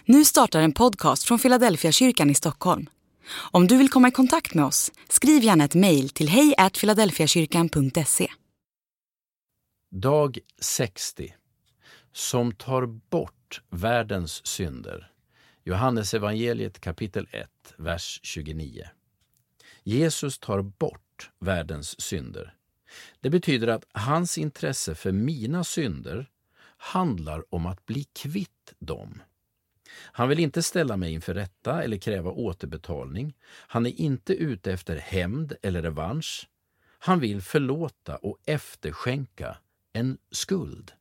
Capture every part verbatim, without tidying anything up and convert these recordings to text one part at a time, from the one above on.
Nu startar en podcast från Philadelphia kyrkan i Stockholm. Om du vill komma i kontakt med oss, skriv gärna ett mejl till hej at philadelphiakyrkan punkt se. Dag sextio. Som tar bort världens synder. Johannes evangeliet kapitel ett, vers tjugonio. Jesus tar bort världens synder. Det betyder att hans intresse för mina synder handlar om att bli kvitt dem. Han vill inte ställa mig inför rätta eller kräva återbetalning. Han är inte ute efter hämnd eller revansch. Han vill förlåta och efterskänka en skuld.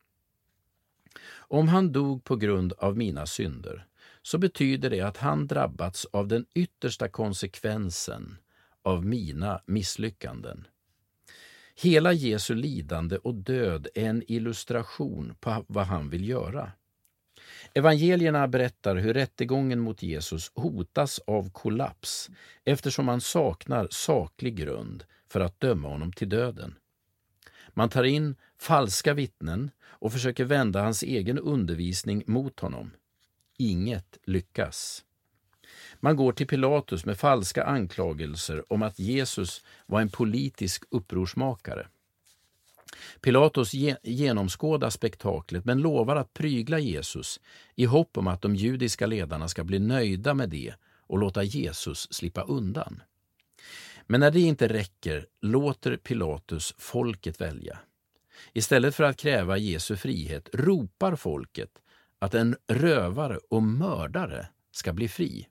Om han dog på grund av mina synder så betyder det att han drabbats av den yttersta konsekvensen av mina misslyckanden. Hela Jesu lidande och död är en illustration på vad han vill göra. Evangelierna berättar hur rättegången mot Jesus hotas av kollaps eftersom man saknar saklig grund för att döma honom till döden. Man tar in falska vittnen och försöker vända hans egen undervisning mot honom. Inget lyckas. Man går till Pilatus med falska anklagelser om att Jesus var en politisk upprorsmakare. Pilatus ge- genomskådar spektaklet men lovar att prygla Jesus i hopp om att de judiska ledarna ska bli nöjda med det och låta Jesus slippa undan. Men när det inte räcker låter Pilatus folket välja. Istället för att kräva Jesu frihet ropar folket att en rövare och mördare ska bli fri.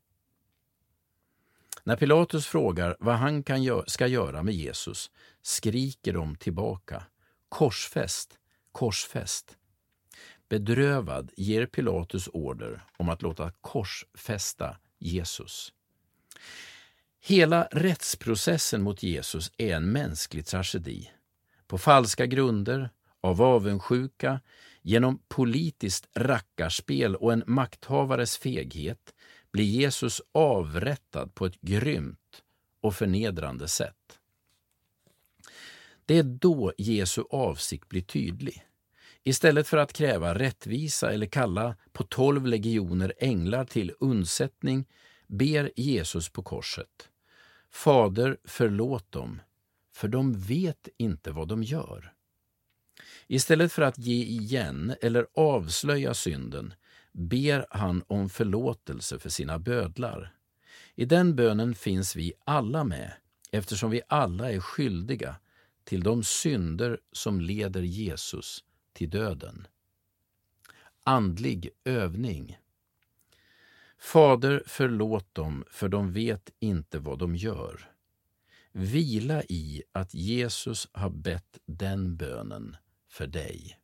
När Pilatus frågar vad han kan gö- ska göra med Jesus skriker de tillbaka: korsfäst, korsfäst. Bedrövad ger Pilatus order om att låta korsfästa Jesus. Hela rättsprocessen mot Jesus är en mänsklig tragedi. På falska grunder, av avundsjuka, genom politiskt rackarspel och en makthavares feghet blir Jesus avrättad på ett grymt och förnedrande sätt. Det är då Jesu avsikt blir tydlig. Istället för att kräva rättvisa eller kalla på tolv legioner änglar till undsättning ber Jesus på korset: Fader, förlåt dem, för de vet inte vad de gör. Istället för att ge igen eller avslöja synden ber han om förlåtelse för sina bödlar. I den bönen finns vi alla med, eftersom vi alla är skyldiga till de synder som leder Jesus till döden. Andlig övning. Fader, förlåt dem, för de vet inte vad de gör. Vila i att Jesus har bett den bönen för dig.